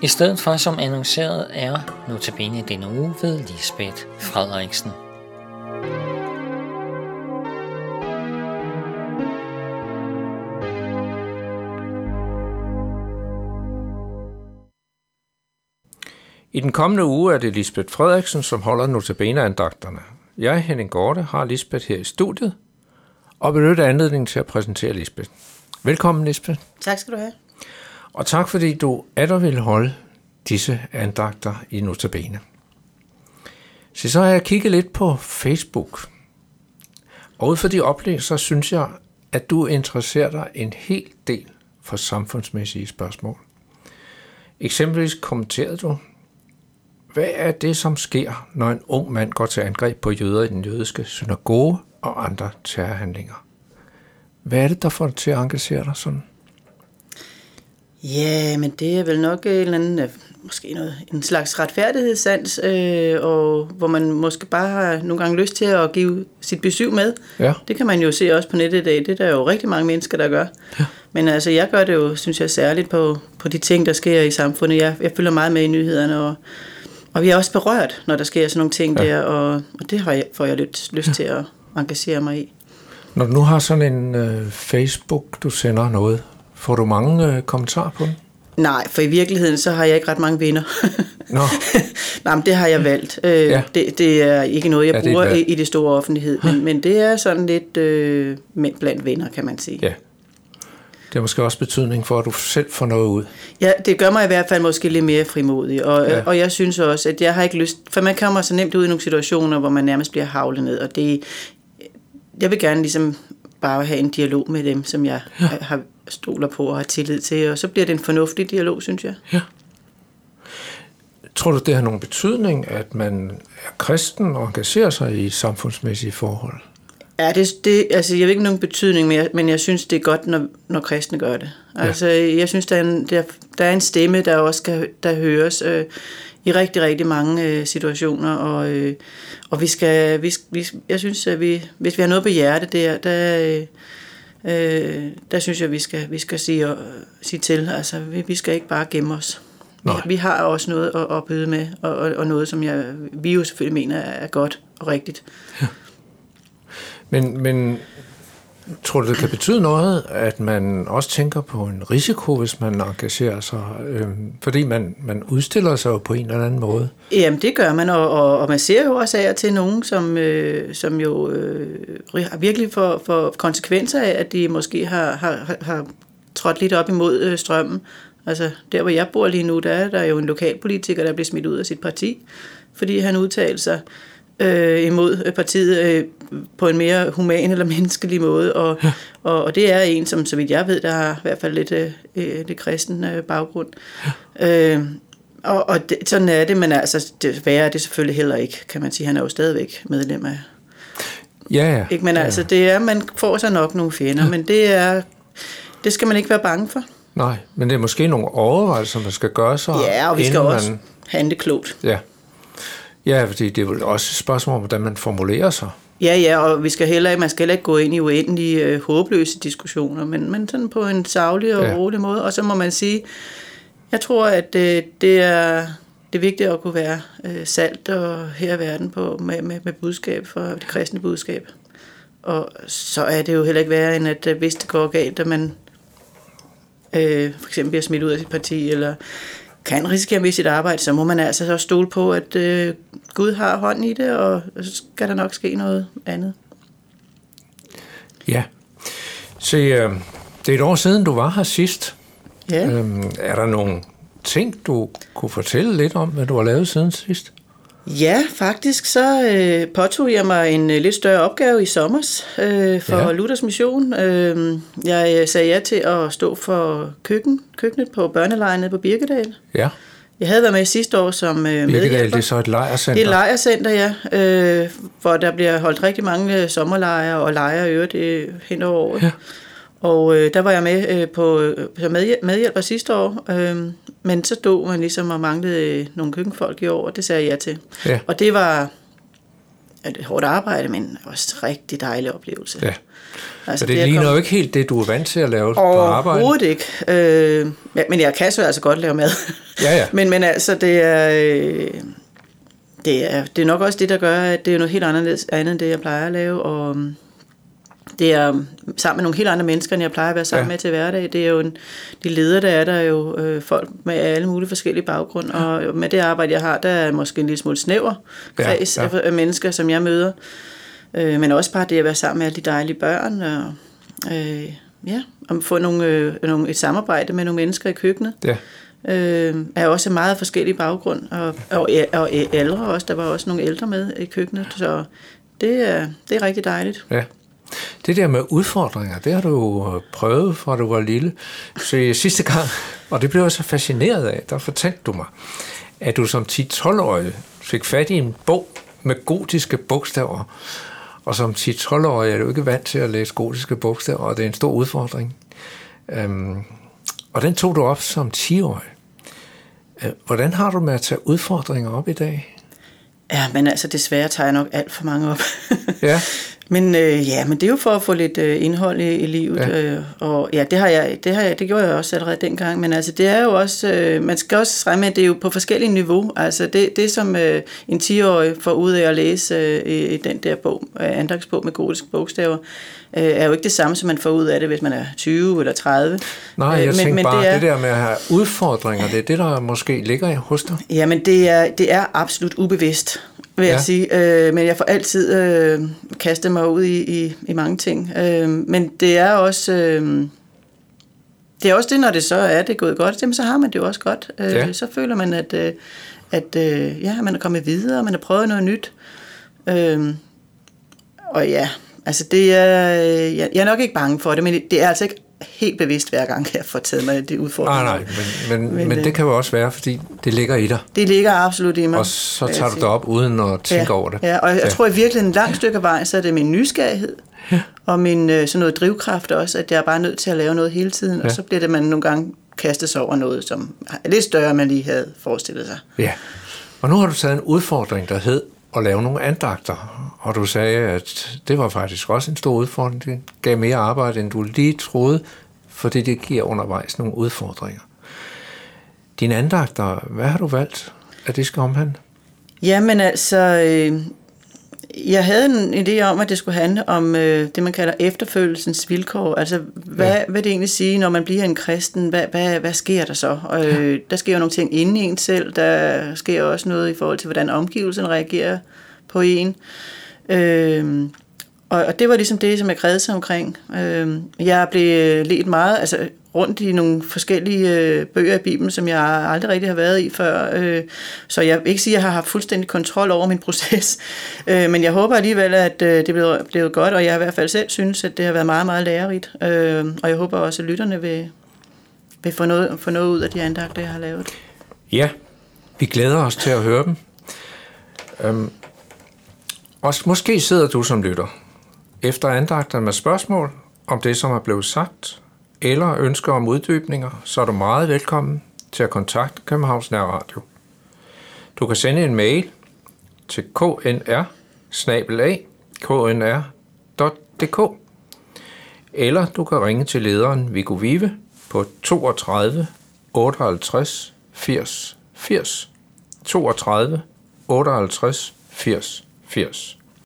I stedet for som annonceret er notabene denne uge ved Lisbeth Frederiksen. I den kommende uge er det Lisbeth Frederiksen, som holder notabeneandagterne. Jeg, Henning Gorte, har Lisbeth her i studiet og benytter anledningen til at præsentere Lisbeth. Velkommen, Lisbeth. Tak skal du have. Og tak, fordi du atter vil holde disse andagter i notabene. Så har jeg kigget lidt på Facebook. Og ud fra de oplæg, så synes jeg, at du interesserer dig en hel del for samfundsmæssige spørgsmål. Eksempelvis kommenterede du, hvad er det, som sker, når en ung mand går til angreb på jøder i den jødiske synagoge og andre terrorhandlinger? Hvad er det, der får dig til at engagere dig sådan? Ja, men det er vel nok en eller anden, måske en slags retfærdighedssans, og hvor man måske bare har nogle gange lyst til at give sit besyv med. Ja. Det kan man jo se også på nettet i dag. Det er der jo rigtig mange mennesker, der gør. Ja. Men altså, jeg gør det jo, synes jeg, særligt på de ting, der sker i samfundet. Jeg følger meget med i nyhederne, og vi er også berørt, når der sker sådan nogle ting der, og det får jeg lidt lyst til at engagere mig i. Når du nu har sådan en Facebook, du sender noget, får du mange kommentarer på den? Nej, for i virkeligheden, så har jeg ikke ret mange venner. Nå. Nej, men det har jeg valgt. Det er ikke noget, jeg bruger i det store offentlighed, men det er sådan lidt blandt venner, kan man sige. Ja. Det har måske også betydning for, at du selv får noget ud. Ja, det gør mig i hvert fald måske lidt mere frimodig, og jeg synes også, at jeg har ikke lyst, for man kommer så nemt ud i nogle situationer, hvor man nærmest bliver haglet ned, og jeg vil gerne ligesom bare have en dialog med dem, som jeg har stoler på og har tillid til, og så bliver det en fornuftig dialog, synes jeg. Ja. Tror du, det har nogen betydning, at man er kristen og engagerer sig i samfundsmæssige forhold? Ja, altså jeg ved ikke nogen betydning, men jeg synes, det er godt, når kristne gør det. Altså, jeg synes, der er en stemme, der også der høres i rigtig, rigtig mange situationer, og jeg synes, at hvis vi har noget på hjertet der synes jeg, vi skal sige til. Altså, vi skal ikke bare gemme os. Vi har også noget at byde med, og noget, som vi jo selvfølgelig mener er godt og rigtigt. Ja. Men tror du, det kan betyde noget, at man også tænker på en risiko, hvis man engagerer sig? Fordi man udstiller sig jo på en eller anden måde. Jamen, det gør man, og man ser jo også af til nogen, som jo virkelig får konsekvenser af, at de måske har trådt lidt op imod strømmen. Altså, der hvor jeg bor lige nu, der er der jo en lokalpolitiker, der bliver smidt ud af sit parti, fordi han udtalte sig imod partiet på en mere human eller menneskelig måde, og det er en, som så vidt jeg ved, der har i hvert fald lidt kristen baggrund. Ja. Sådan er det, men altså, det værre er det selvfølgelig heller ikke, kan man sige. Han er jo stadigvæk medlem af... Ja. Ikke? Men altså, det er, man får sig nok nogle fjender, men det skal man ikke være bange for. Nej, men det er måske nogle overvejelser, man skal gøre sig. Ja, og vi skal også handle klogt. Ja, fordi det er vel også et spørgsmål om, hvordan man formulerer sig. Ja, og man skal heller ikke gå ind i uendelige, håbløse diskussioner, men sådan på en saglig og rolig måde. Og så må man sige, jeg tror, at det er vigtigt at kunne være salt og her i verden med budskab for det kristne budskab. Og så er det jo heller ikke værre, end at hvis det går galt, at man for eksempel bliver smidt ud af sit parti, eller kan risikere at miste sit arbejde, så må man altså så stole på, at Gud har hånd i det, og så skal der nok ske noget andet. Ja. Så det er et år siden, du var her sidst. Ja. Er der nogle ting, du kunne fortælle lidt om, hvad du har lavet siden sidst? Ja, faktisk så påtog jeg mig en lidt større opgave i sommers for Luthers Mission. Jeg sagde ja til at stå for køkkenet på børnelejren på Birkedal. Ja. Jeg havde været med sidste år som medhjælper. Birkedal, det er så et lejrcenter? Det er et lejrcenter, ja. Hvor der bliver holdt rigtig mange sommerlejre og lejre i øvrigt hen over året. Ja. Og der var jeg med som medhjælper sidste år, men så stod man ligesom og manglede nogle køkkenfolk i år, og det sagde jeg til. Ja. Og det var et hårdt arbejde, men også en rigtig dejlig oplevelse. Ja. Altså, så det ligner jo ikke helt det, du er vant til at lave på arbejde? Overhovedet ikke. Men jeg kan så altså godt lave mad. Ja. men altså, det er nok også det, der gør, at det er noget helt andet end det, jeg plejer at lave, og det er sammen med nogle helt andre mennesker, end jeg plejer at være sammen med til hverdag. Det er jo de ledere, der er jo folk med alle mulige forskellige baggrund, og med det arbejde, jeg har, der er måske en lille smule snæver kreds af mennesker, som jeg møder. Men også bare det at være sammen med alle de dejlige børn, og få et samarbejde med nogle mennesker i køkkenet. Ja. Er også meget forskellige baggrund, og ældre også. Der var også nogle ældre med i køkkenet, så det er rigtig dejligt. Ja. Det der med udfordringer, det har du prøvet, fra du var lille. Så sidste gang, og det blev jeg så fascineret af, der fortalte du mig, at du som 10-12-årig fik fat i en bog med gotiske bogstaver. Og som 10-12-årig er du ikke vant til at læse gotiske bogstaver, og det er en stor udfordring. Og den tog du op som 10-årig. Hvordan har du med at tage udfordringer op i dag? Ja, men altså desværre tager jeg nok alt for mange op. Ja. Men det er jo for at få lidt indhold i livet, og ja, det gjorde jeg også allerede dengang, men altså det er jo også, man skal også regne med, at det er jo på forskellige niveau, altså det som en 10-årig får ud af at læse i den der bog, andagtsbog med gotiske bogstaver, er jo ikke det samme, som man får ud af det, hvis man er 20 eller 30. Nej, jeg tænker bare, det der med at have udfordringer, det er det, der måske ligger hos dig. Ja, men det er absolut ubevidst, vil jeg sige. Men jeg får altid kastet mig ud i mange ting. Men det er også... det er også det, når det så er det gået godt, så har man det jo også godt. Så føler man, at man er kommet videre, og man har prøvet noget nyt. Og ja, altså det er... Jeg er nok ikke bange for det, men det er altså ikke helt bevidst hver gang, jeg får taget mig det udfordring. Nej, men det kan jo også være, fordi det ligger i dig. Det ligger absolut i mig. Og så tager du det op uden at tænke over det. Ja, og jeg tror i virkeligheden en lang stykke af vej, så er det min nysgerrighed, og min sådan noget drivkraft også, at jeg er bare nødt til at lave noget hele tiden, og så bliver det, man nogle gange kastet sig over noget, som er lidt større, end man lige havde forestillet sig. Ja, og nu har du taget en udfordring, der hed at lave nogle andagter, og du sagde, at det var faktisk også en stor udfordring. Det gav mere arbejde, end du lige troede, fordi det giver undervejs nogle udfordringer. Dine andagter, hvad har du valgt, at det skal omhandle? Jamen altså, jeg havde en idé om, at det skulle handle om det, man kalder efterfølgelsens vilkår. Altså, hvad det egentlig sige, når man bliver en kristen? Hvad sker der så? Der sker jo nogle ting inde i en selv. Der sker også noget i forhold til, hvordan omgivelserne reagerer på en. Og det var ligesom det, som jeg krævede sig omkring. Jeg blev ledt meget rundt i nogle forskellige bøger i Bibelen, som jeg aldrig rigtig har været i før. Så jeg vil ikke sige, at jeg har haft fuldstændig kontrol over min proces. Men jeg håber alligevel, at det er blevet godt, og jeg har i hvert fald selv synes, at det har været meget, meget lærerigt. Og jeg håber også, at lytterne vil få noget ud af de andagter, jeg har lavet. Ja, vi glæder os til at høre dem. Og måske sidder du som lytter efter andagter med spørgsmål om det, som er blevet sagt, eller ønsker om uddybninger, så er du meget velkommen til at kontakte Københavns Nærradio. Du kan sende en mail til knr@knr.dk, eller du kan ringe til lederen Viggo Vive på 32 58 80 80, 32 58 80 80.